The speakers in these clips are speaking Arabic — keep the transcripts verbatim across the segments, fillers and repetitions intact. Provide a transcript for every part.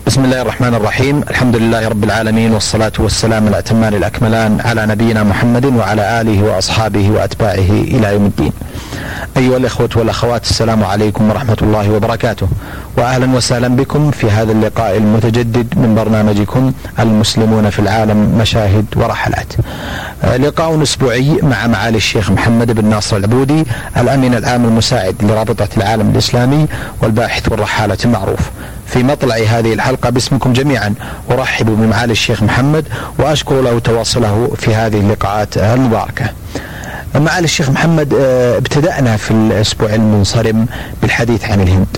بسم الله الرحمن الرحيم. الحمد لله رب العالمين، والصلاة والسلام الأتمان الأكملان على نبينا محمد وعلى آله وأصحابه وأتباعه إلى يوم الدين. أيها الإخوة والأخوات، السلام عليكم ورحمة الله وبركاته، وأهلا وسهلا بكم في هذا اللقاء المتجدد من برنامجكم المسلمون في العالم مشاهد ورحلات. لقاء أسبوعي مع معالي الشيخ محمد بن ناصر العبودي، الأمين العام المساعد لرابطة العالم الإسلامي والباحث والرحالة المعروف. في مطلع هذه الحلقة باسمكم جميعا أرحب بمعالي الشيخ محمد وأشكر له تواصله في هذه اللقاءات المباركة. معالي الشيخ محمد، ابتدأنا في الأسبوع المنصرم بالحديث عن الهند،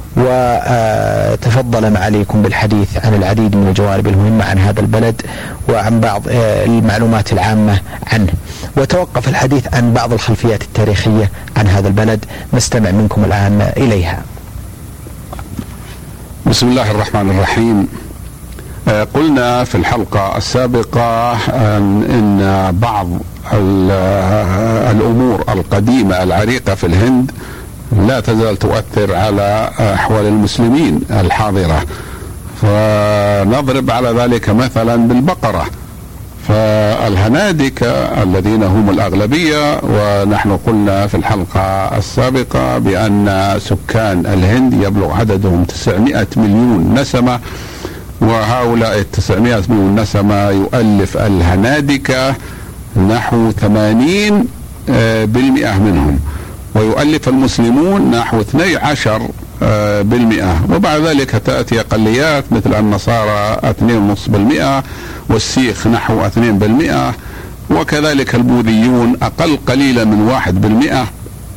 وتفضل معاليكم بالحديث عن العديد من الجوانب المهمة عن هذا البلد وعن بعض المعلومات العامة عنه، وتوقف الحديث عن بعض الخلفيات التاريخية عن هذا البلد. نستمع منكم الآن إليها. بسم الله الرحمن الرحيم. قلنا في الحلقة السابقة أن بعض الأمور القديمة العريقة في الهند لا تزال تؤثر على أحوال المسلمين الحاضرة، فنضرب على ذلك مثلا بالبقرة. فالهنادكة الذين هم الأغلبية، ونحن قلنا في الحلقة السابقة بأن سكان الهند يبلغ عددهم تسعمائة مليون نسمة، وهؤلاء التسعمائة مليون نسمة يؤلف الهنادكة نحو ثمانين بالمئة منهم، ويؤلف المسلمون نحو اثني عشر بالمئة، وبعد ذلك تأتي أقليات مثل النصارى اثنين فاصلة خمسة بالمئة، والسيخ نحو اثنين بالمئة، وكذلك البوذيون أقل قليلا من واحد بالمئة.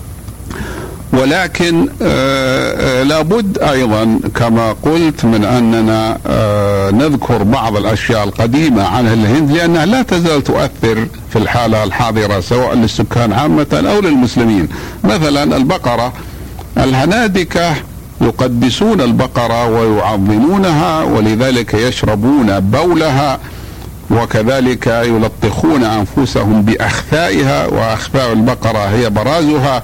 ولكن آه لابد أيضا كما قلت من أننا آه نذكر بعض الأشياء القديمة عن الهند، لأنها لا تزال تؤثر في الحالة الحاضرة سواء للسكان عامة أو للمسلمين. مثلا البقرة، الهنادكة يقدسون البقرة ويعظمونها، ولذلك يشربون بولها، وكذلك يلطخون أنفسهم بأخثائها، وأخثاء البقرة هي برازها.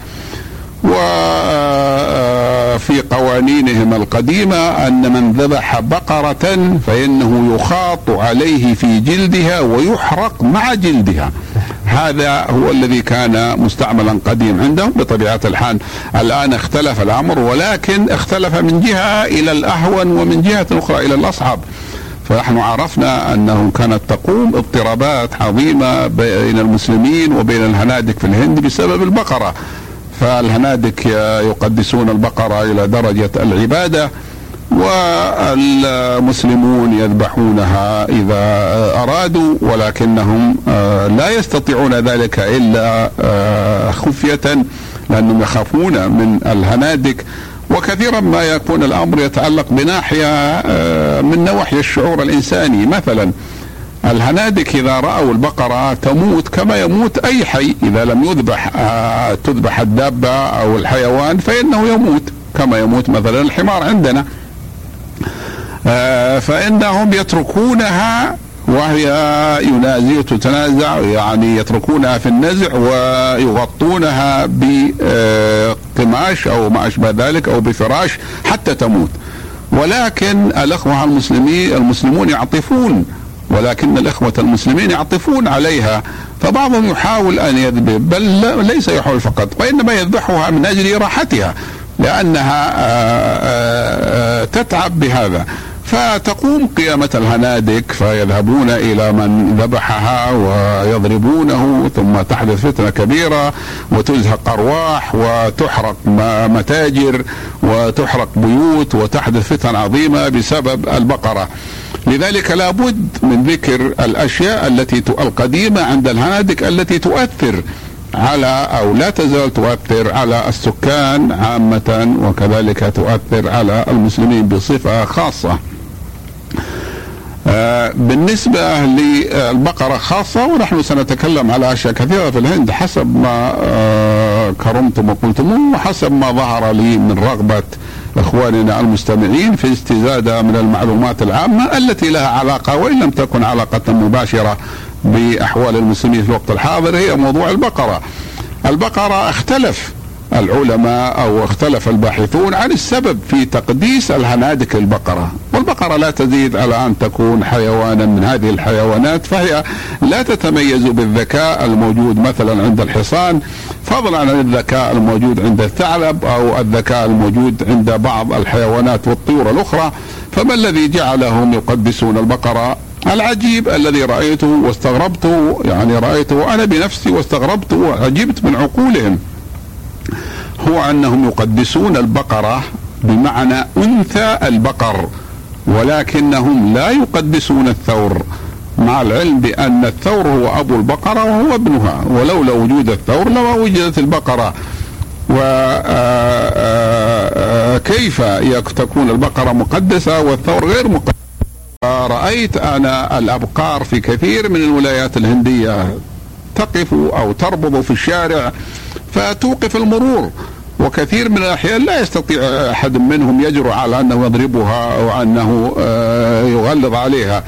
وفي قوانينهم القديمة أن من ذبح بقرة فإنه يخاط عليه في جلدها ويحرق مع جلدها. هذا هو الذي كان مستعملا قديم عندهم. بطبيعة الحال الآن اختلف الأمر، ولكن اختلف من جهة إلى الأهون ومن جهة أخرى إلى الأصعب. فنحن عرفنا أنه كانت تقوم اضطرابات عظيمة بين المسلمين وبين الهنادك في الهند بسبب البقرة. فالهنادك يقدسون البقرة إلى درجة العبادة، والمسلمون يذبحونها إذا أرادوا، ولكنهم لا يستطيعون ذلك إلا خفية لأنهم يخافون من الهنادك. وكثيرا ما يكون الأمر يتعلق بناحية من نواحي الشعور الإنساني. مثلا الهنادك إذا رأوا البقرة تموت كما يموت أي حي، إذا لم يذبح تذبح الدابة أو الحيوان فإنه يموت كما يموت مثلا الحمار عندنا، فإنهم يتركونها وهي ينازع تتنازع، يعني يتركونها في النزع ويغطونها بقماش أو ما أشبه ذلك أو بفراش حتى تموت. ولكن الأخوة المسلمين المسلمون يعطفون، ولكن الإخوة المسلمين يعطفون عليها، فبعضهم يحاول أن يذبح، بل ليس يحاول فقط، وإنما يذبحها من أجل راحتها، لأنها تتعب بهذا. فتقوم قيامة الهنادك فيذهبون إلى من ذبحها ويضربونه، ثم تحدث فتنة كبيرة وتزهق أرواح وتحرق متاجر وتحرق بيوت وتحدث فتن عظيمة بسبب البقرة. لذلك لابد من ذكر الأشياء التي القديمة عند الهنادك التي تؤثر على أو لا تزال تؤثر على السكان عامة، وكذلك تؤثر على المسلمين بصفة خاصة. آه بالنسبة للبقرة خاصة، ونحن سنتكلم على أشياء كثيرة في الهند حسب ما آه كرمتم وقلتم، وحسب ما ظهر لي من رغبة إخواننا المستمعين في استزادة من المعلومات العامة التي لها علاقة وإن لم تكن علاقة مباشرة بأحوال المسلمين في الوقت الحاضر، هي موضوع البقرة. البقرة اختلف العلماء أو اختلف الباحثون عن السبب في تقديس الهنادك للبقرة. والبقرة لا تزيد على أن تكون حيوانا من هذه الحيوانات، فهي لا تتميز بالذكاء الموجود مثلا عند الحصان، فضلا عن الذكاء الموجود عند الثعلب أو الذكاء الموجود عند بعض الحيوانات والطيور الأخرى. فما الذي جعلهم يقدسون البقرة؟ العجيب الذي رأيته واستغربته، يعني رأيته أنا بنفسي واستغربت وعجبت من عقولهم، هو أنهم يقدسون البقرة بمعنى أنثى البقر، ولكنهم لا يقدسون الثور، مع العلم بأن الثور هو أبو البقرة وهو ابنها، ولولا وجود الثور لما وجدت البقرة. وكيف تكون البقرة مقدسة والثور غير مقدس؟ رأيت أنا الأبقار في كثير من الولايات الهندية تقف أو تربض في الشارع فتوقف المرور، وكثير من الأحيان لا يستطيع أحد منهم يجرؤ على أنه يضربها أو أنه يغلظ عليها،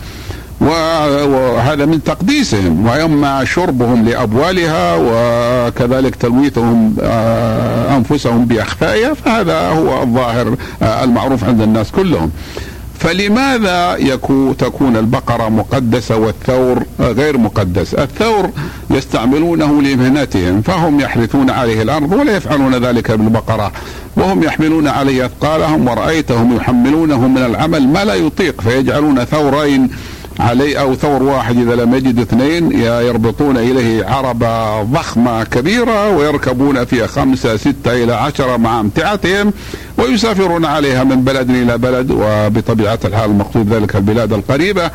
وهذا من تقديسهم، ويما شربهم لأبوالها وكذلك تلويثهم أنفسهم بأخفائها، فهذا هو الظاهر المعروف عند الناس كلهم. فلماذا يكون تكون البقرة مقدسة والثور غير مقدس؟ الثور يستعملونه لمهنتهم، فهم يحرثون عليه الأرض ولا يفعلون ذلك بالبقرة، وهم يحملون عليه أثقالهم، ورأيتهم يحملونه من العمل ما لا يطيق، فيجعلون ثورين عليه أو ثور واحد إذا لم يجد اثنين، يربطون إليه عربة ضخمة كبيرة ويركبون فيها خمسة ستة إلى عشرة مع امتعتهم، ويسافرون عليها من بلد إلى بلد، وبطبيعة الحال المقصود ذلك البلاد القريبة،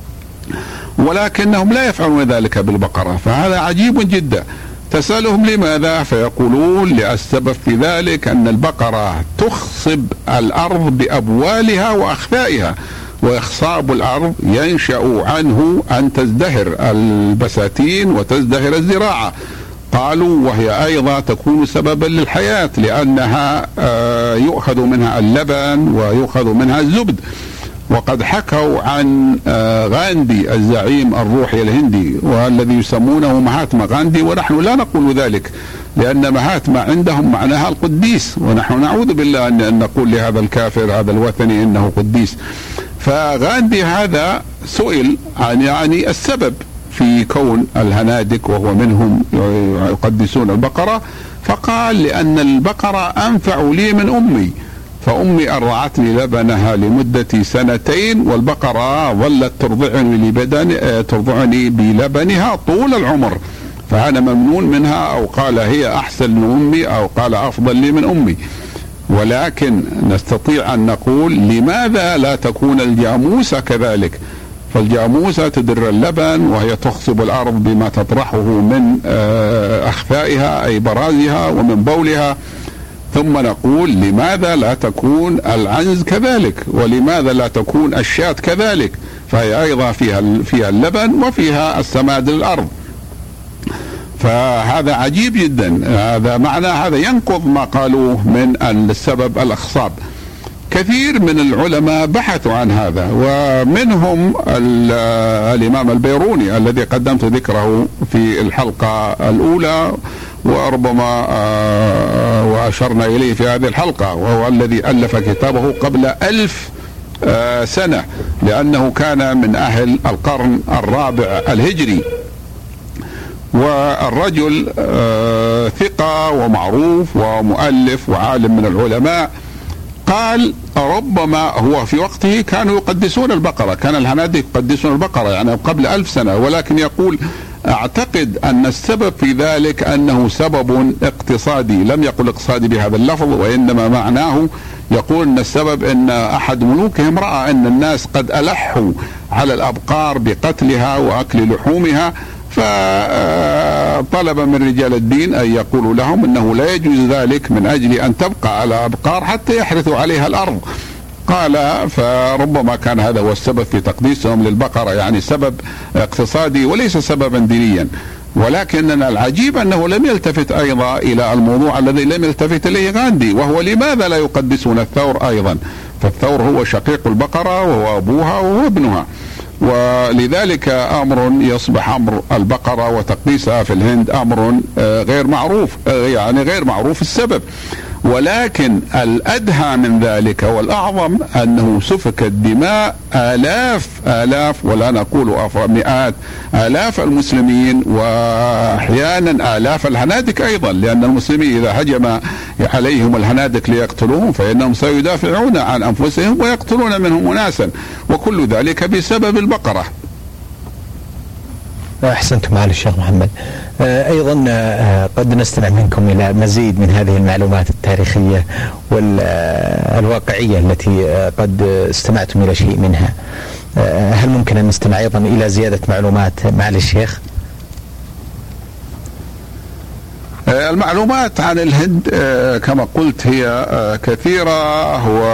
ولكنهم لا يفعلون ذلك بالبقرة. فهذا عجيب جدا. تسألهم لماذا؟ فيقولون السبب في ذلك أن البقرة تخصب الأرض بأبوالها وأخفائها، وإخصاب الأرض ينشأ عنه أن تزدهر البساتين وتزدهر الزراعة. قالوا وهي أيضا تكون سببا للحياة، لأنها يؤخذ منها اللبن ويؤخذ منها الزبد. وقد حكوا عن غاندي الزعيم الروحي الهندي والذي يسمونه مهاتما غاندي، ونحن لا نقول ذلك، لأن مهاتما عندهم معناها القديس، ونحن نعوذ بالله أن نقول لهذا الكافر هذا الوثني إنه قديس. فغاندي هذا سئل عن يعني السبب في كون الهنادك وهو منهم يقدسون البقرة، فقال لأن البقرة أنفع لي من أمي، فأمي أرضعتني لبنها لمدة سنتين، والبقرة ظلت ترضعني لبدن ترضعني بلبنها طول العمر، فأنا ممنون منها، أو قال هي أحسن من أمي، أو قال أفضل لي من أمي. ولكن نستطيع أن نقول لماذا لا تكون الجاموسة كذلك؟ فالجاموسة تدر اللبن وهي تخصب الأرض بما تطرحه من أخفائها أي برازها ومن بولها. ثم نقول لماذا لا تكون العنز كذلك؟ ولماذا لا تكون الشاة كذلك؟ فهي أيضا فيها فيها اللبن وفيها السماد الأرض. فهذا عجيب جدا، هذا معنى هذا ينقض ما قالوه من السبب الأخصاب. كثير من العلماء بحثوا عن هذا، ومنهم الإمام البيروني الذي قدمت ذكره في الحلقة الأولى وربما وأشرنا إليه في هذه الحلقة، وهو الذي ألف كتابه قبل ألف سنة، لأنه كان من أهل القرن الرابع الهجري، والرجل ثقة ومعروف ومؤلف وعالم من العلماء. قال ربما هو في وقته كانوا يقدسون البقرة، كان الهنادك يقدسون البقرة يعني قبل ألف سنة، ولكن يقول أعتقد أن السبب في ذلك أنه سبب اقتصادي، لم يقل اقتصادي بهذا اللفظ، وإنما معناه يقول أن السبب أن أحد ملوكهم رأى أن الناس قد ألحوا على الأبقار بقتلها وأكل لحومها، فطلب من رجال الدين أن يقولوا لهم أنه لا يجوز ذلك من أجل أن تبقى على أبقار حتى يحرثوا عليها الأرض. قال فربما كان هذا هو السبب في تقديسهم للبقرة، يعني سبب اقتصادي وليس سببا دينيا. ولكننا العجيب أنه لم يلتفت أيضا إلى الموضوع الذي لم يلتفت إليه غاندي، وهو لماذا لا يقدسون الثور أيضا؟ فالثور هو شقيق البقرة وهو أبوها وهو ابنها. ولذلك أمر يصبح أمر البقرة وتقديسها في الهند أمر غير معروف، يعني غير معروف السبب. ولكن الأدهى من ذلك والأعظم أنه سفكت دماء آلاف آلاف ولا نقول مئات آلاف المسلمين، وأحيانا آلاف الهنادك أيضا، لأن المسلمين إذا هجم عليهم الهنادك ليقتلوهم فإنهم سيدافعون عن أنفسهم ويقتلون منهم أناسا، وكل ذلك بسبب البقرة. أحسنتم معالي الشيخ محمد. أيضا قد نستمع منكم إلى مزيد من هذه المعلومات التاريخية والواقعية التي قد استمعتم إلى شيء منها. هل ممكن أن نستمع أيضا إلى زيادة معلومات معالي الشيخ؟ المعلومات عن الهند كما قلت هي كثيرة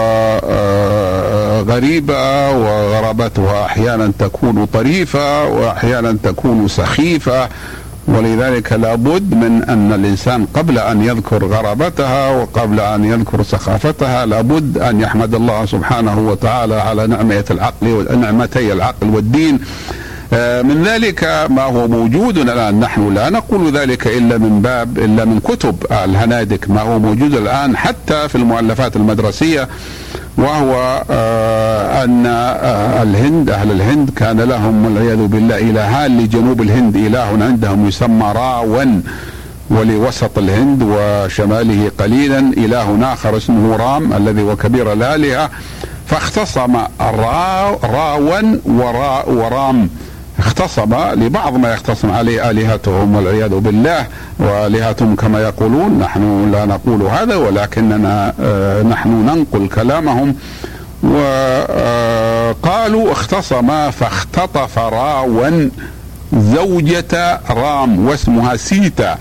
وغريبة، وغرابتها أحيانا تكون طريفة وأحيانا تكون سخيفة، ولذلك لابد من أن الإنسان قبل أن يذكر غرابتها وقبل أن يذكر سخافتها لابد أن يحمد الله سبحانه وتعالى على نعمة العقل ونعمتي العقل والدين. من ذلك ما هو موجود الآن، نحن لا نقول ذلك إلا من باب إلا من كتب الهنادك، ما هو موجود الآن حتى في المؤلفات المدرسية، وهو أن الهند أهل الهند كان لهم والعياذ بالله إلهان. لجنوب الهند إله عندهم يسمى راون، ولوسط الهند وشماله قليلا إله آخر اسمه رام الذي هو كبير الآلهة. فاختصم را راون ورا ورام، اختصم لبعض ما يختصم عليه آلهتهم والعياذ بالله، وآلهتهم كما يقولون، نحن لا نقول هذا ولكننا آه نحن ننقل كلامهم. وقالوا اختصم فاختطف راون زوجة رام واسمها سيتا،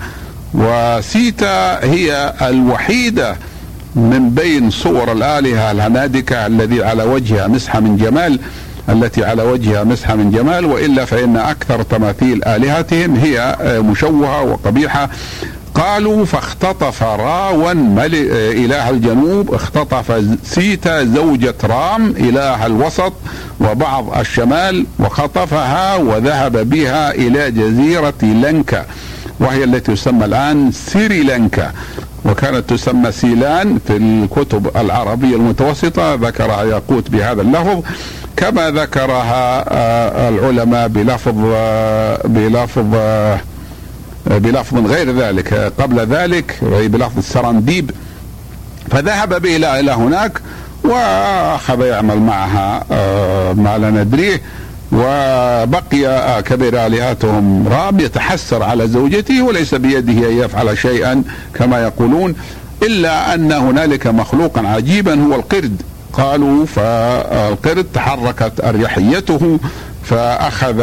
وسيتا هي الوحيدة من بين صور الآلهة الهنادكة الذي على وجهها مسحة من جمال التي على وجهها مسحة من جمال، وإلا فإن أكثر تماثيل آلهتهم هي مشوهة وقبيحة. قالوا فاختطف راون إله الجنوب، اختطف سيتا زوجة رام إله الوسط وبعض الشمال، وخطفها وذهب بها إلى جزيرة لنكا، وهي التي تسمى الآن سريلانكا، وكانت تسمى سيلان في الكتب العربية المتوسطة، ذكرها ياقوت بهذا اللفظ، كما ذكرها العلماء بلفظ بلفظ بلفظ غير ذلك قبل ذلك بلفظ السرنديب. فذهب به إلى هناك وأخذ يعمل معها ما لا ندريه، وبقي كبير آلهتهم رام يتحسر على زوجته وليس بيده أن يفعل شيئا كما يقولون، إلا أن هنالك مخلوقا عجيبا هو القرد. قالوا فالقرد تحركت أريحيته فأخذ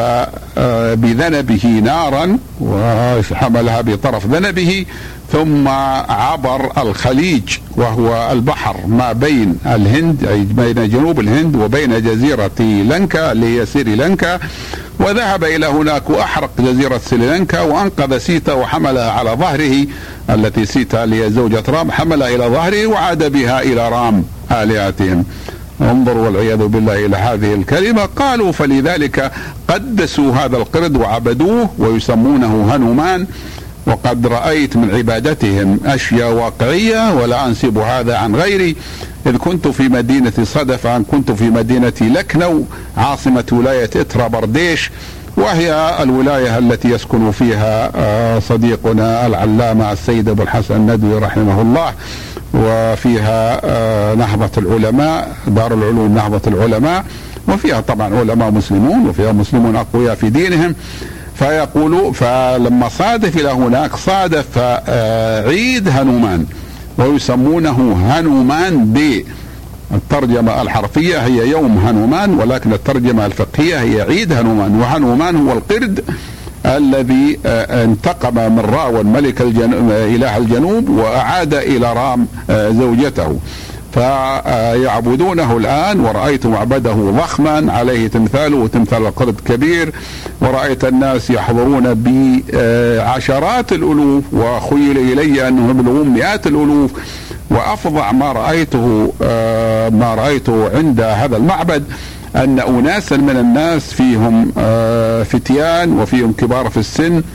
بذنبه نارا وحملها بطرف ذنبه، ثم عبر الخليج وهو البحر ما بين الهند أي بين جنوب الهند وبين جزيرة لنكا اللي هي سريلانكا، وذهب إلى هناك وأحرق جزيرة سريلانكا وأنقذ سيتا وحملها على ظهره، التي سيتا اللي هي زوجة رام حملها إلى ظهره وعاد بها إلى رام آلهتهم. انظروا والعياذ بالله إلى هذه الكلمة. قالوا فلذلك قدسوا هذا القرد وعبدوه ويسمونه هنومان. وقد رأيت من عبادتهم أشياء واقعية ولا أنسب هذا عن غيري، إذ كنت في مدينة صدفة، كنت في مدينة لكنو عاصمة ولاية إترا برديش، وهي الولاية التي يسكن فيها صديقنا العلامة السيد أبو الحسن الندوي رحمه الله، وفيها نهضة العلماء دار العلوم نهضة العلماء، وفيها طبعا علماء مسلمون وفيها مسلمون أقوياء في دينهم. فيقولوا فلما صادف إلى هناك صادف عيد هنومان ويسمونه هنومان ب الترجمة الحرفية هي يوم هنومان، ولكن الترجمة الفقهية هي عيد هنومان. وهنومان هو القرد الذي انتقم من راون ملك الجنوب إله الجنوب وأعاد إلى رام زوجته، فيعبدونه الآن. ورأيت معبده ضخما عليه تمثاله وتمثال القرد كبير، ورأيت الناس يحضرون بعشرات الألوف، وخيل إلي أنهم يبلغون مئات الألوف. وأفظع ما رأيته ما رأيته عند هذا المعبد أن أناسا من الناس فيهم فتيان وفيهم كبار في السن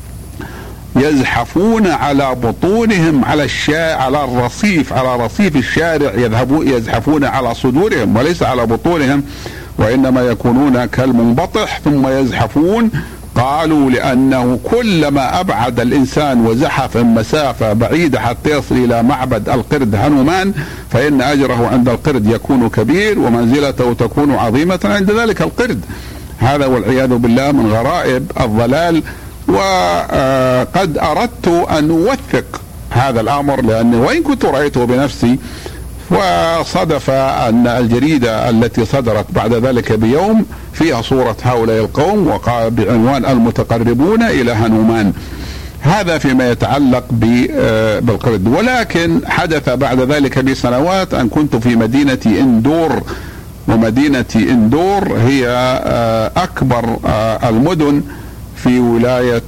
يزحفون على بطونهم على الشا على الرصيف على رصيف الشارع، يذهبون يزحفون على صدورهم وليس على بطونهم، وإنما يكونون كالمنبطح ثم يزحفون. قالوا لأنه كلما أبعد الإنسان وزحف مسافة بعيدة حتى يصل إلى معبد القرد هنومان فإن أجره عند القرد يكون كبير ومنزلته تكون عظيمة عند ذلك القرد. هذا والعياذ بالله من غرائب الضلال. وقد أردت أن أوثق هذا الأمر لأني وإن كنت رأيته بنفسي، وصدف أن الجريدة التي صدرت بعد ذلك بيوم فيها صورة هؤلاء القوم وقال بعنوان المتقربون إلى هنومان. هذا فيما يتعلق بالقرد. ولكن حدث بعد ذلك بسنوات أن كنت في مدينة إندور، ومدينة إندور هي أكبر المدن في ولاية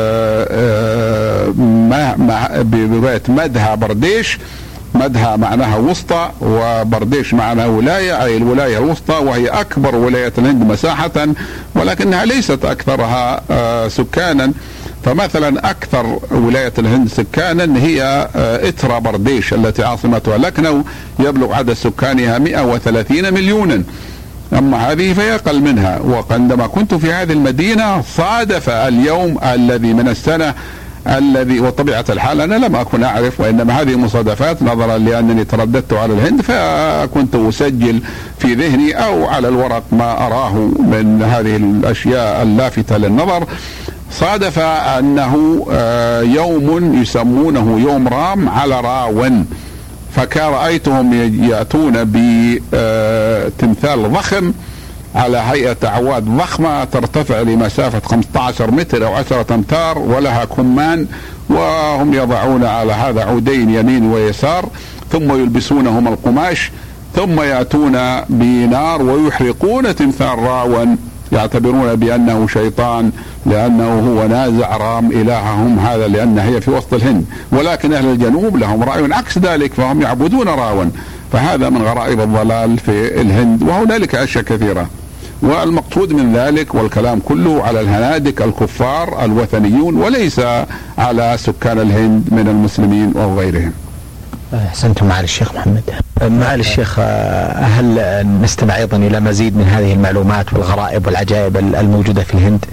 بولاية مدها برديش. مدها معناها وسطى وبرديش معناها ولاية، أي الولاية الوسطى، وهي أكبر ولاية الهند مساحة ولكنها ليست أكثرها سكانا. فمثلا أكثر ولاية الهند سكانا هي إترا برديش التي عاصمتها لكنو، يبلغ عدد سكانها مئة وثلاثين مليونا، أما هذه فهي أقل منها. وعندما كنت في هذه المدينة صادف اليوم الذي من السنة الذي، وطبيعة الحال أنا لم أكن أعرف، وإنما هذه مصادفات نظرا لأنني ترددت على الهند فكنت أسجل في ذهني أو على الورق ما أراه من هذه الأشياء اللافتة للنظر. صادف أنه يوم يسمونه يوم رام على راون، فكان رأيتهم يأتون بتمثال ضخم على هيئة أعواد ضخمة ترتفع لمسافة خمسة عشر متر أو عشرة أمتار ولها كمان، وهم يضعون على هذا عودين يمين ويسار ثم يلبسونهم القماش ثم يأتون بنار ويحرقون تمثال راون، يعتبرون بأنه شيطان لأنه هو نازع رام إلههم هذا، لأن هي في وسط الهند. ولكن أهل الجنوب لهم رأي عكس ذلك فهم يعبدون راون. فهذا من غرائب الضلال في الهند، وهنالك أشياء كثيرة. والمقصود من ذلك والكلام كله على الهنادك الكفار الوثنيون وليس على سكان الهند من المسلمين أو غيرهم. أحسنتم معالي الشيخ محمد. معالي الشيخ، هل نستمع أيضا إلى مزيد من هذه المعلومات والغرائب والعجائب الموجودة في الهند؟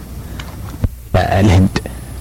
الهند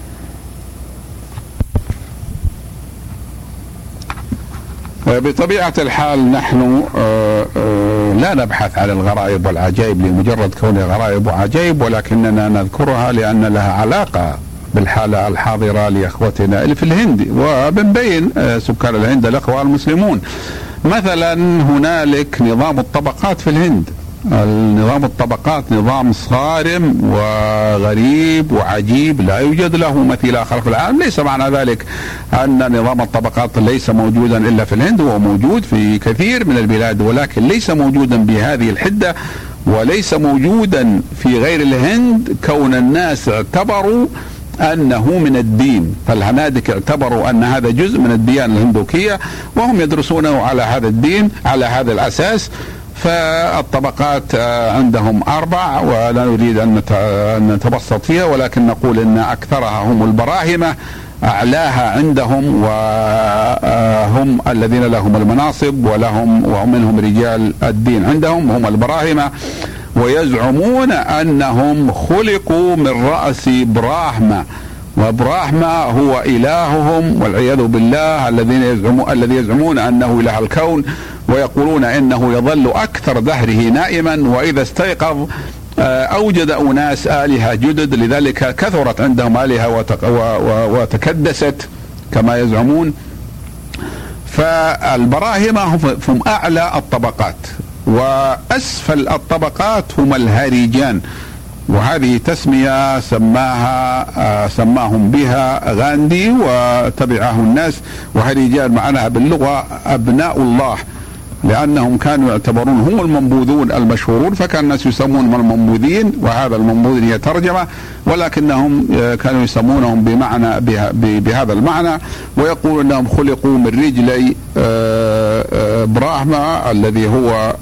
بطبيعة الحال نحن لا نبحث عن الغرائب والعجائب لمجرد كونها غرائب وعجائب، ولكننا نذكرها لأن لها علاقة بالحالة الحاضرة لأخوتنا اللي في الهند وبنبين سكان الهند الأخوة المسلمون. مثلا هنالك نظام الطبقات في الهند. النظام الطبقات نظام صارم وغريب وعجيب لا يوجد له مثيل آخر في العالم. ليس معنى ذلك أن نظام الطبقات ليس موجودا إلا في الهند، هو موجود في كثير من البلاد ولكن ليس موجودا بهذه الحدة وليس موجودا في غير الهند، كون الناس اعتبروا أنه من الدين. فالهنادك اعتبروا أن هذا جزء من الديانة الهندوكية وهم يدرسونه على هذا الدين على هذا الأساس. فالطبقات عندهم أربع ولا نريد أن نتبسط فيها، ولكن نقول أن أكثرها هم البراهمة، أعلاها عندهم وهم الذين لهم المناصب ولهم ومنهم رجال الدين عندهم هم البراهمة، ويزعمون أنهم خلقوا من رأس براهما، وبراهما هو إلههم والعياذ بالله، الذين يزعمون الذي يزعمون أنه إله الكون، ويقولون إنه يظل أكثر دهره نائما وإذا استيقظ أوجد أناس آلهة جدد، لذلك كثرت عندهم آلهة وتكدست كما يزعمون. فالبراهمة هم أعلى الطبقات، وأسفل الطبقات هم الهريجان، وهذه تسمية سماها سماهم بها غاندي وتبعه الناس. وهريجان معناها باللغة أبناء الله، لأنهم كانوا يعتبرون هم المنبوذون المشهورون، فكان الناس يسمونهم المنبوذين، وهذا المنبوذ هي ترجمة، ولكنهم كانوا يسمونهم بمعنى بهذا المعنى، ويقولون أنهم خلقوا من رجلي براهما الذي هو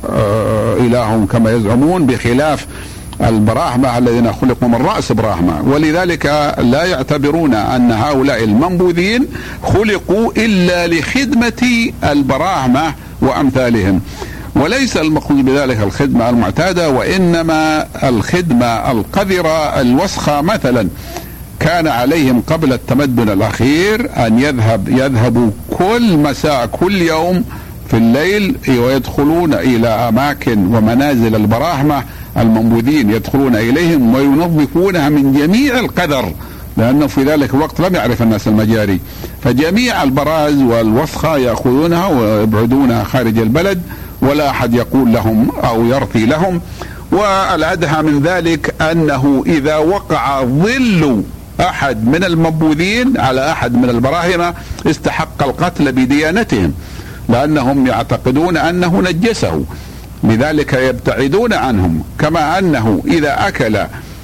إله كما يزعمون، بخلاف البراهمة الذين خلقوا من رأس براهما، ولذلك لا يعتبرون أن هؤلاء المنبوذين خلقوا إلا لخدمة البراهمة وأمثالهم، وليس المقصود بذلك الخدمة المعتادة، وإنما الخدمة القذرة الوسخة. مثلا كان عليهم قبل التمدن الأخير أن يذهب يذهبوا كل مساء كل يوم في الليل ويدخلون إلى أماكن ومنازل البراهمة المنبوذين، يدخلون إليهم وينظفونها من جميع القذر، لأنه في ذلك الوقت لم يعرف الناس المجاري، فجميع البراز والوسخة يأخذونها ويبعدونها خارج البلد، ولا أحد يقول لهم أو يرثي لهم. والأدهى من ذلك أنه إذا وقع ظل أحد من المنبوذين على أحد من البراهمة استحق القتل بديانتهم، لأنهم يعتقدون أنه نجسه، لذلك يبتعدون عنهم. كما أنه إذا أكل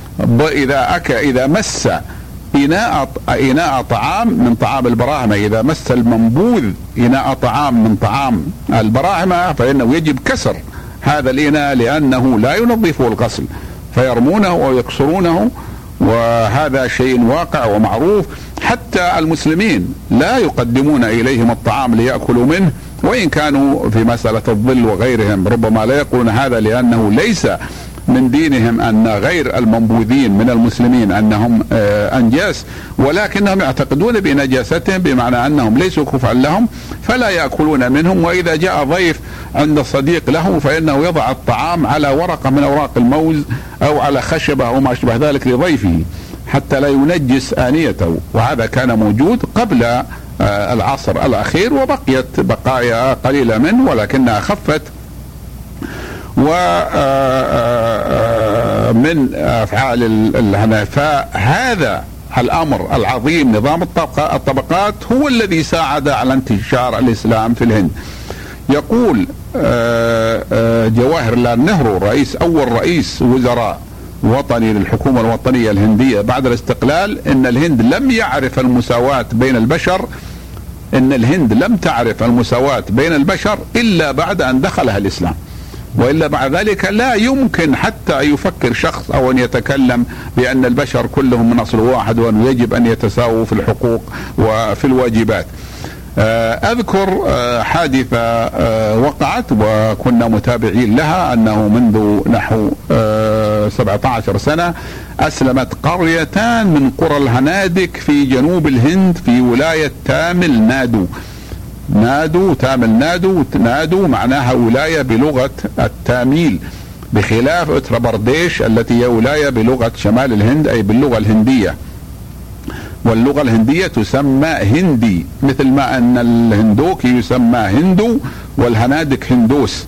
إذا أكل إذا مس إناء إناء طعام من طعام البراهمة، إذا مس المنبوذ إناء طعام من طعام البراهمة فإنه يجب كسر هذا الإناء، لأنه لا ينظفه الغسل، فيرمونه أو يكسرونه، وهذا شيء واقع ومعروف. حتى المسلمين لا يقدمون إليهم الطعام ليأكلوا منه، وإن كانوا في مسألة الظل وغيرهم ربما لا يقولون هذا، لأنه ليس من دينهم أن غير المنبوذين من المسلمين أنهم أنجاس، ولكنهم يعتقدون بنجاستهم، بمعنى أنهم ليسوا كفءا لهم فلا يأكلون منهم. وإذا جاء ضيف عند صديق له فإنه يضع الطعام على ورقة من أوراق الموز أو على خشبة أو ما أشبه ذلك لضيفه حتى لا ينجس آنيته، وهذا كان موجود قبل العصر الأخير، وبقيت بقايا قليلة منه ولكنها خفت. ومن أفعال الحنفاء هذا الأمر العظيم، نظام الطبقات، هو الذي ساعد على انتشار الإسلام في الهند. يقول جواهرلال نهرو رئيس أول رئيس وزراء وطني للحكومة الوطنية الهندية بعد الاستقلال، إن الهند لم يعرف المساواة بين البشر إن الهند لم تعرف المساواة بين البشر إلا بعد أن دخلها الإسلام، وإلا بعد ذلك لا يمكن حتى يفكر شخص أو أن يتكلم بأن البشر كلهم من أصل واحد وأنه يجب أن يتساووا في الحقوق وفي الواجبات. أذكر حادثة وقعت وكنا متابعين لها، أنه منذ نحو سبعة عشر سنة أسلمت قريتان من قرى الهنادك في جنوب الهند في ولاية تامل نادو. نادو تامل نادو نادو معناها ولاية بلغة التاميل، بخلاف أتر برديش التي هي ولاية بلغة شمال الهند أي باللغة الهندية، واللغة الهندية تسمى هندي، مثل ما أن الهندوكي يسمى هندو والهنادك هندوس.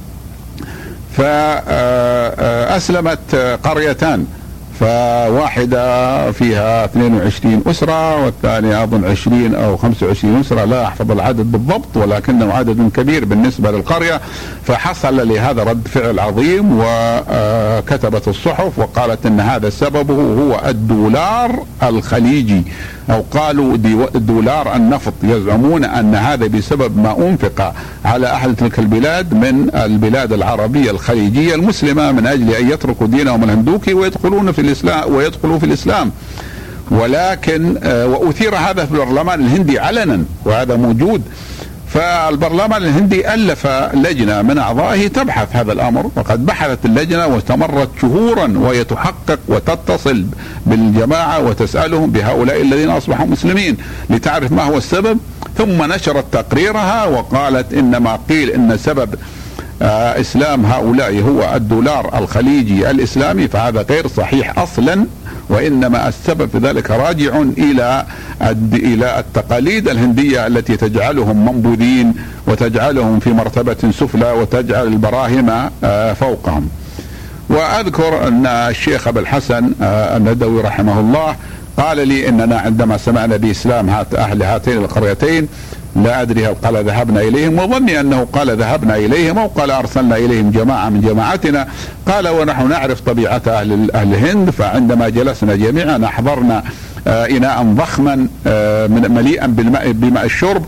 فأسلمت قريتان، فواحدة فيها اثنين وعشرين أسرة والثانية أظن عشرين أو خمسة وعشرين أسرة، لا أحفظ العدد بالضبط ولكنه عدد كبير بالنسبة للقرية. فحصل لهذا رد فعل عظيم، وكتبت الصحف وقالت أن هذا سببه هو الدولار الخليجي، أو قالوا دولار النفط، يزعمون أن هذا بسبب ما أنفق على أهل تلك البلاد من البلاد العربية الخليجية المسلمة من أجل أن يتركوا دينهم الهندوكي ويدخلون في الإسلام ويدخلوا في الإسلام. ولكن وأثير هذا في البرلمان الهندي علنا، وهذا موجود. فالبرلمان الهندي ألف لجنة من أعضائه تبحث هذا الأمر، وقد بحثت اللجنة واستمرت شهورا وهي تحقق وتتصل بالجماعة وتسألهم بهؤلاء الذين أصبحوا مسلمين لتعرف ما هو السبب، ثم نشرت تقريرها وقالت إنما قيل إن سبب آه إسلام هؤلاء هو الدولار الخليجي الإسلامي، فهذا غير صحيح أصلا، وإنما السبب في ذلك راجع إلى إلى التقاليد الهندية التي تجعلهم منبوذين وتجعلهم في مرتبة سفلى وتجعل البراهمة آه فوقهم. وأذكر أن الشيخ أبو الحسن آه الندوي رحمه الله قال لي إننا عندما سمعنا بإسلام هات أهل هاتين القريتين، لا أدري هل قال ذهبنا إليهم، وظني أنه قال ذهبنا إليهم أو قال أرسلنا إليهم جماعة من جماعتنا. قال ونحن نعرف طبيعة أهل أهل الهند، فعندما جلسنا جميعا أحضرنا آه إناء ضخما آه مليئا بالماء بماء الشرب،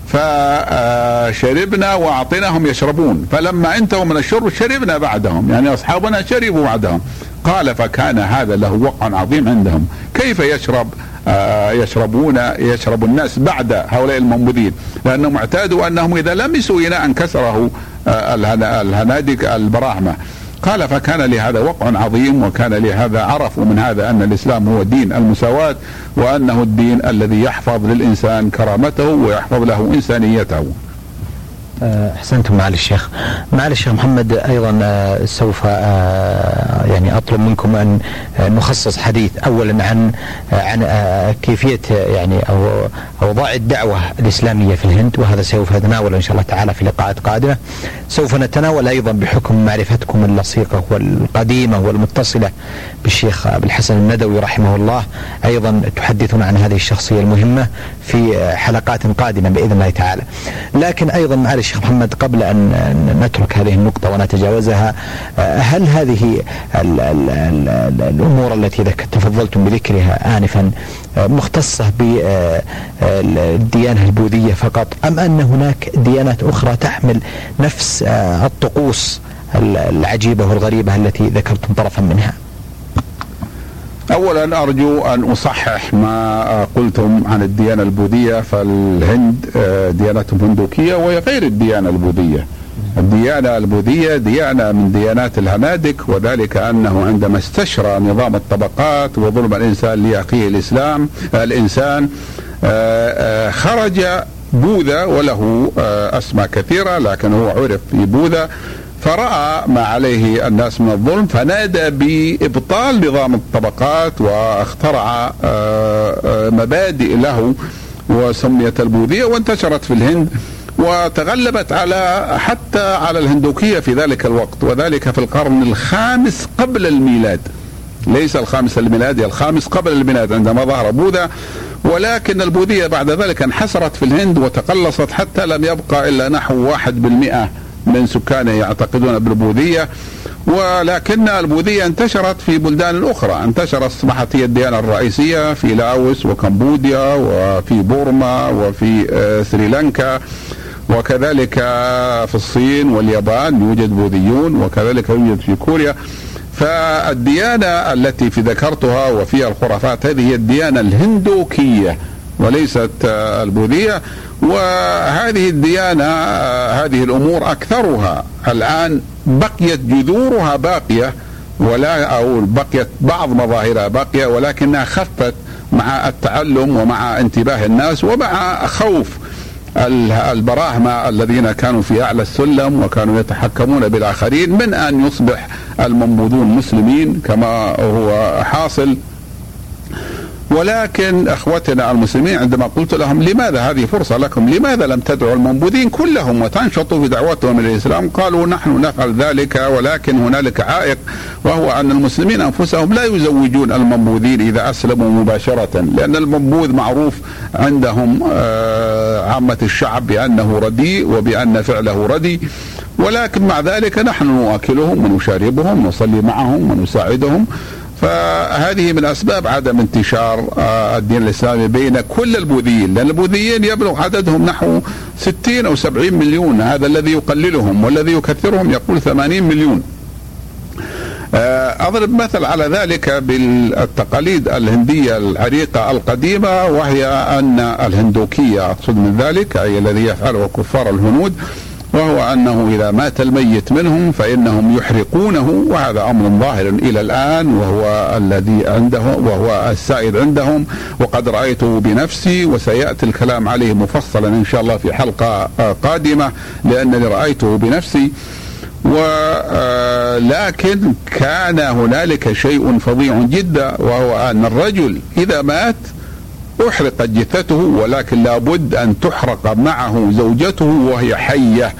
فشربنا وأعطيناهم يشربون، فلما انتهوا من الشرب شربنا بعدهم، يعني أصحابنا شربوا بعدهم. قال فكان هذا له وقع عظيم عندهم، كيف يشرب آه يشربون يشرب الناس بعد هؤلاء المنبوذين، لأنهم اعتادوا أنهم إذا لمسوا إناء كسره آه الهنادك البراهمة. قال فكان لهذا وقع عظيم، وكان لهذا عرفوا من هذا أن الإسلام هو دين المساواة، وأنه الدين الذي يحفظ للإنسان كرامته ويحفظ له إنسانيته. أحسنتم معالي الشيخ. معالي الشيخ محمد، أيضا سوف يعني أطلب منكم أن نخصص حديث أولا عن عن كيفية يعني أو أوضاع الدعوة الإسلامية في الهند، وهذا سوف نتناول إن شاء الله تعالى في لقاءات قادمة. سوف نتناول أيضا بحكم معرفتكم اللصيقة والقديمة والمتصلة بالشيخ أبي الحسن الندوي رحمه الله، أيضا تحدثنا عن هذه الشخصية المهمة في حلقات قادمة بإذن الله تعالى. لكن أيضا معالي الشيخ محمد، قبل أن نترك هذه النقطة ونتجاوزها، هل هذه ال ال ال الأمور التي تفضلتم بذكرها آنفا مختصة بالديانة البوذية فقط، أم أن هناك ديانات أخرى تحمل نفس الطقوس العجيبة والغريبة التي ذكرتم طرفا منها؟ أولا أرجو أن أصحح ما قلتم عن الديانة البوذية، فالهند ديانتهم هندوكية وهي غير الديانة البوذية. الديانة البوذية ديانة من ديانات الهنادك، وذلك أنه عندما استشرى نظام الطبقات وظلم الإنسان لأخيه الإسلام الإنسان خرج بوذا، وله أسماء كثيرة لكن هو عرف ببوذا، فرأى ما عليه الناس من الظلم فنادى بإبطال نظام الطبقات، واخترع مبادئ له وسميت البوذية، وانتشرت في الهند وتغلبت على حتى على الهندوكية في ذلك الوقت، وذلك في القرن الخامس قبل الميلاد، ليس الخامس الميلادي، الخامس قبل الميلاد عندما ظهر بوذا. ولكن البوذية بعد ذلك انحسرت في الهند وتقلصت حتى لم يبقى إلا نحو واحد بالمئة من سكانه يعتقدون بالبوذية، ولكن البوذية انتشرت في بلدان أخرى، انتشرت أصبحت هي الديانة الرئيسية في لاوس وكمبوديا وفي بورما وفي سريلانكا، وكذلك في الصين واليابان يوجد بوذيون، وكذلك يوجد في كوريا. فالديانة التي في ذكرتها وفيها الخرافات هذه هي الديانة الهندوكية وليست البوذية. وهذه الديانة هذه الأمور أكثرها الآن بقيت جذورها باقية، ولا أو بقيت بعض مظاهرها باقية، ولكنها خفت مع التعلم ومع انتباه الناس ومع خوف البراهمة الذين كانوا في أعلى السلم وكانوا يتحكمون بالآخرين من أن يصبح المنبوذون مسلمين كما هو حاصل. ولكن اخوتنا المسلمين عندما قلت لهم لماذا هذه فرصة لكم، لماذا لم تدعوا المنبوذين كلهم وتنشطوا في دعوتهم الى الاسلام، قالوا نحن نفعل ذلك، ولكن هنالك عائق، وهو ان المسلمين انفسهم لا يزوجون المنبوذين اذا اسلموا مباشرة، لان المنبوذ معروف عندهم عامة الشعب بانه رديء وبان فعله ردي، ولكن مع ذلك نحن نؤكلهم ونشاربهم ونصلي معهم ونساعدهم. فهذه من أسباب عدم انتشار الدين الإسلامي بين كل البوذيين، لأن البوذيين يبلغ عددهم نحو ستين أو سبعين مليون، هذا الذي يقللهم، والذي يكثرهم يقول ثمانين مليون. أضرب مثل على ذلك بالتقاليد الهندية العريقة القديمة، وهي أن الهندوكية أقصد من ذلك أي الذي يفعله كفار الهنود، وهو أنه إذا مات الميت منهم فإنهم يحرقونه، وهذا أمر ظاهر إلى الآن وهو الذي عنده وهو السائد عندهم، وقد رأيته بنفسي، وسيأتي الكلام عليه مفصلا إن شاء الله في حلقة قادمة لأنني رأيته بنفسي. ولكن كان هنالك شيء فظيع جدا، وهو أن الرجل إذا مات أحرقت جثته، ولكن لابد أن تحرق معه زوجته وهي حية.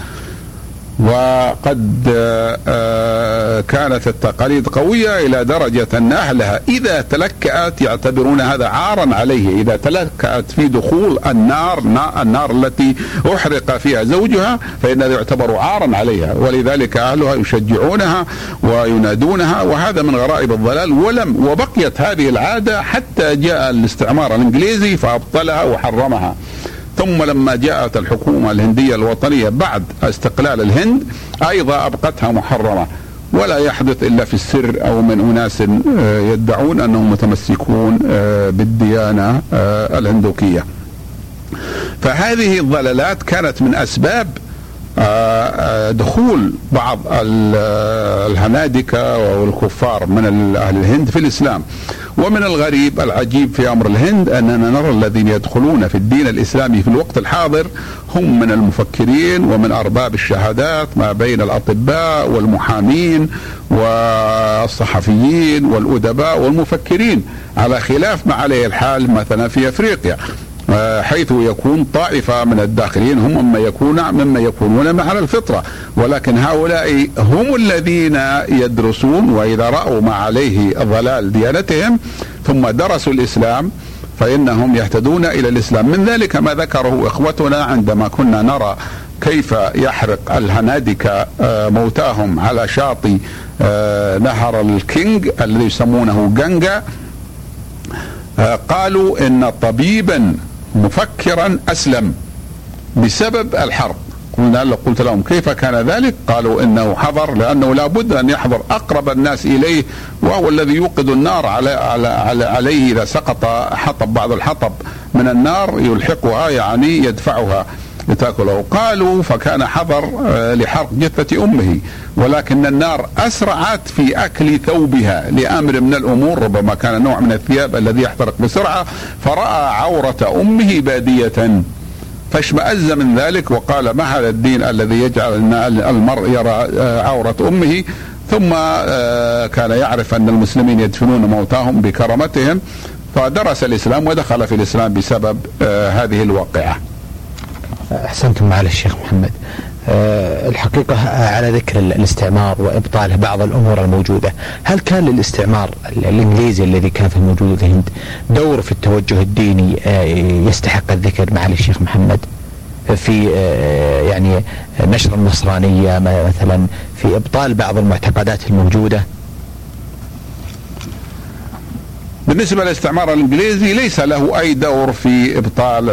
وقد كانت التقاليد قوية إلى درجة أن أهلها إذا تلكأت يعتبرون هذا عارا عليه، إذا تلكأت في دخول النار النار التي أحرق فيها زوجها فإن هذا يعتبر عارا عليها، ولذلك أهلها يشجعونها وينادونها، وهذا من غرائب الضلال. ولم وبقيت هذه العادة حتى جاء الاستعمار الإنجليزي فأبطلها وحرمها. ثم لما جاءت الحكومة الهندية الوطنية بعد استقلال الهند أيضا أبقتها محرمة، ولا يحدث إلا في السر أو من أناس يدعون أنهم متمسكون بالديانة الهندوكية. فهذه الضلالات كانت من أسباب دخول بعض الهنادكة والكفار من أهل الهند في الإسلام. ومن الغريب العجيب في أمر الهند أننا نرى الذين يدخلون في الدين الإسلامي في الوقت الحاضر هم من المفكرين ومن أرباب الشهادات، ما بين الأطباء والمحامين والصحفيين والأدباء والمفكرين، على خلاف ما عليه الحال مثلا في أفريقيا، حيث يكون طائفة من الداخلين هم مما يكون مما يكونون على الفطرة، ولكن هؤلاء هم الذين يدرسون، وإذا رأوا ما عليه ضلال ديانتهم ثم درسوا الإسلام فإنهم يهتدون إلى الإسلام. من ذلك ما ذكره إخوتنا عندما كنا نرى كيف يحرق الهنادكة موتاهم على شاطئ نهر الكينج الذي يسمونه غانغا. قالوا إن طبيبا مفكرا أسلم بسبب الحرب. قلنا قلت لهم كيف كان ذلك؟ قالوا إنه حضر، لأنه لا بد أن يحضر أقرب الناس إليه، وهو الذي يوقد النار على على عليه إذا سقط حطب بعض الحطب من النار يلحقها، يعني يدفعها لتأكله. قالوا فكان حضر لحرق جثة أمه، ولكن النار أسرعت في أكل ثوبها لأمر من الأمور، ربما كان نوع من الثياب الذي يحترق بسرعة، فرأى عورة أمه بادية فاشمأز من ذلك وقال ما هذا الدين الذي يجعل المرء يرى عورة أمه. ثم كان يعرف أن المسلمين يدفنون موتاهم بكرامتهم، فدرس الإسلام ودخل في الإسلام بسبب هذه الواقعة. أحسنتم معالي الشيخ محمد. أه الحقيقة على ذكر الاستعمار وإبطال بعض الأمور الموجودة، هل كان للاستعمار الإنجليزي الذي كان في موجود في الهند دور في التوجه الديني أه يستحق الذكر معالي الشيخ محمد، في أه يعني نشر النصرانية مثلا، في إبطال بعض المعتقدات الموجودة؟ بالنسبة للاستعمار الإنجليزي ليس له أي دور في إبطال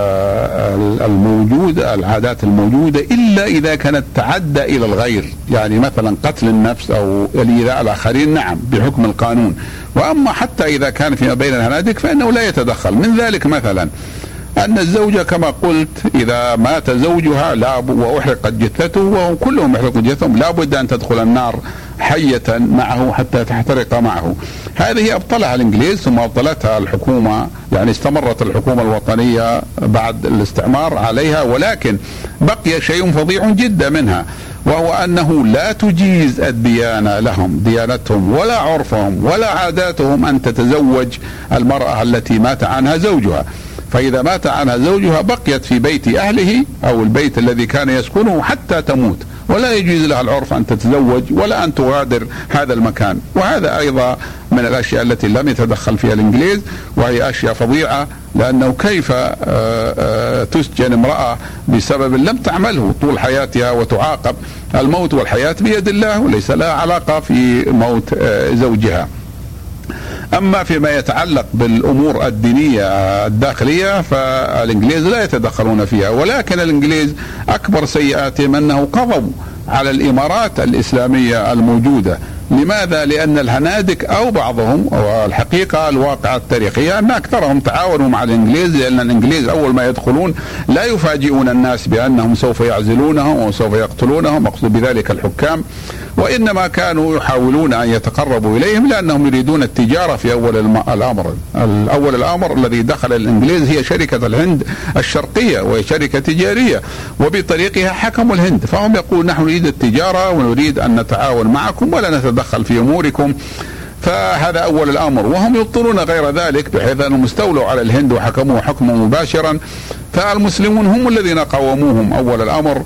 الموجود العادات الموجودة، إلا إذا كانت تعدى إلى الغير، يعني مثلا قتل النفس أو الإيذاء الآخرين، نعم بحكم القانون. وأما حتى إذا كان فيما بين الهنادك فإنه لا يتدخل. من ذلك مثلا أن الزوجة كما قلت إذا مات زوجها لا وأحرقت جثته، وهم كلهم يحرقون جثتهم، لا بد أن تدخل النار حية معه حتى تحترق معه. هذه أبطلها الإنجليز ثم أبطلتها الحكومة، يعني استمرت الحكومة الوطنية بعد الاستعمار عليها، ولكن بقي شيء فظيع جدا منها، وهو أنه لا تجيز الديانة لهم، ديانتهم ولا عرفهم ولا عاداتهم أن تتزوج المرأة التي مات عنها زوجها. فإذا مات عنها زوجها بقيت في بيت أهله أو البيت الذي كان يسكنه حتى تموت، ولا يجوز لها العرف أن تتزوج ولا أن تغادر هذا المكان. وهذا أيضا من الأشياء التي لم يتدخل فيها الإنجليز، وهي أشياء فظيعة، لأنه كيف تسجن امرأة بسبب لم تعمله طول حياتها وتعاقب؟ الموت والحياة بيد الله، وليس لها علاقة في موت زوجها. أما فيما يتعلق بالأمور الدينية الداخلية فالإنجليز لا يتدخلون فيها، ولكن الإنجليز أكبر سيئاتهم أنه قضوا على الإمارات الإسلامية الموجودة. لماذا؟ لأن الهنادك أو بعضهم، والحقيقة الواقع التاريخي أن أكثرهم تعاونوا مع الإنجليز، لأن الإنجليز أول ما يدخلون لا يفاجئون الناس بأنهم سوف يعزلونهم وسوف يقتلونهم، مقصود بذلك الحكام، وإنما كانوا يحاولون أن يتقربوا إليهم لأنهم يريدون التجارة في أول الأمر. الأول الأمر الذي دخل الإنجليز هي شركة الهند الشرقية، وهي شركة تجارية، وبطريقها حكموا الهند، فهم يقول نحن نريد التجارة ونريد أن نتعاون معكم ولا نتدخل في أموركم. فهذا أول الأمر، وهم يبطلون غير ذلك بحيث أنهم استولوا على الهند وحكموا حكما مباشرا. فالمسلمون هم الذين قاوموهم أول الأمر،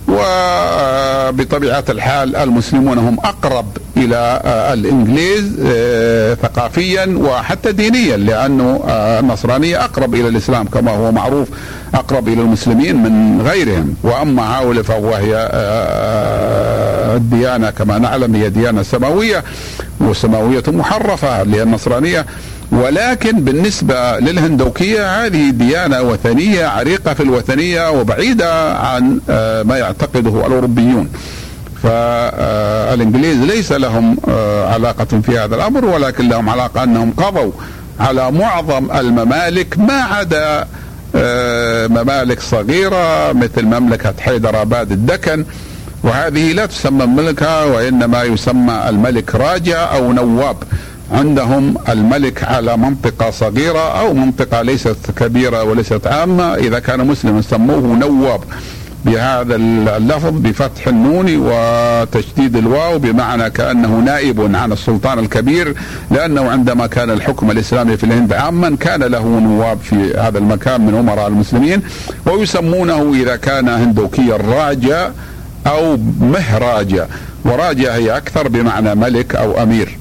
وبطبيعة الحال المسلمون هم أقرب إلى الإنجليز ثقافيا وحتى دينيا، لأنه النصرانية أقرب إلى الإسلام كما هو معروف، أقرب إلى المسلمين من غيرهم. وأما هؤلاء فهي الديانة كما نعلم هي ديانة سماوية، وسماوية محرفة اللي هي النصرانية. ولكن بالنسبة للهندوكية هذه ديانة وثنية عريقة في الوثنية وبعيدة عن ما يعتقده الأوروبيون. فالإنجليز ليس لهم علاقة في هذا الأمر، ولكن لهم علاقة أنهم قضوا على معظم الممالك ما عدا ممالك صغيرة مثل مملكة حيدراباد الدكن، وهذه لا تسمى ملكة وإنما يسمى الملك راجع أو نواب. عندهم الملك على منطقة صغيرة أو منطقة ليست كبيرة وليست عامة، إذا كان مسلما سموه نواب بهذا اللفظ بفتح النون وتشديد الواو، بمعنى كأنه نائب عن السلطان الكبير، لأنه عندما كان الحكم الإسلامي في الهند عاما كان له نواب في هذا المكان من أمراء المسلمين، ويسمونه إذا كان هندوكيا راجا أو مهراجا، وراجا هي أكثر بمعنى ملك أو أمير.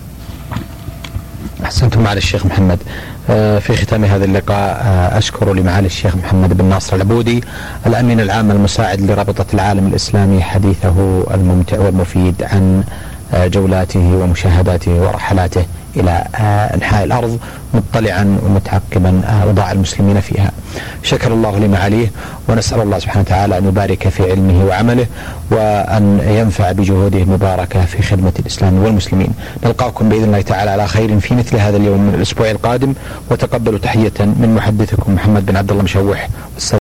أحسنتم معالي الشيخ محمد. في ختام هذا اللقاء أشكر لمعالي الشيخ محمد بن ناصر العبودي الأمين العام المساعد لرابطة العالم الإسلامي حديثه الممتع والمفيد عن جولاته ومشاهداته ورحلاته إلى أنحاء الأرض مطلعا ومتعقبا أوضاع المسلمين فيها. شكر الله لمعاليه، ونسأل الله سبحانه وتعالى أن يبارك في علمه وعمله وأن ينفع بجهوده المباركة في خدمة الإسلام والمسلمين. نلقاكم بإذن الله تعالى على خير في مثل هذا اليوم من الأسبوع القادم، وتقبلوا تحية من محدثكم محمد بن عبد الله مشوح.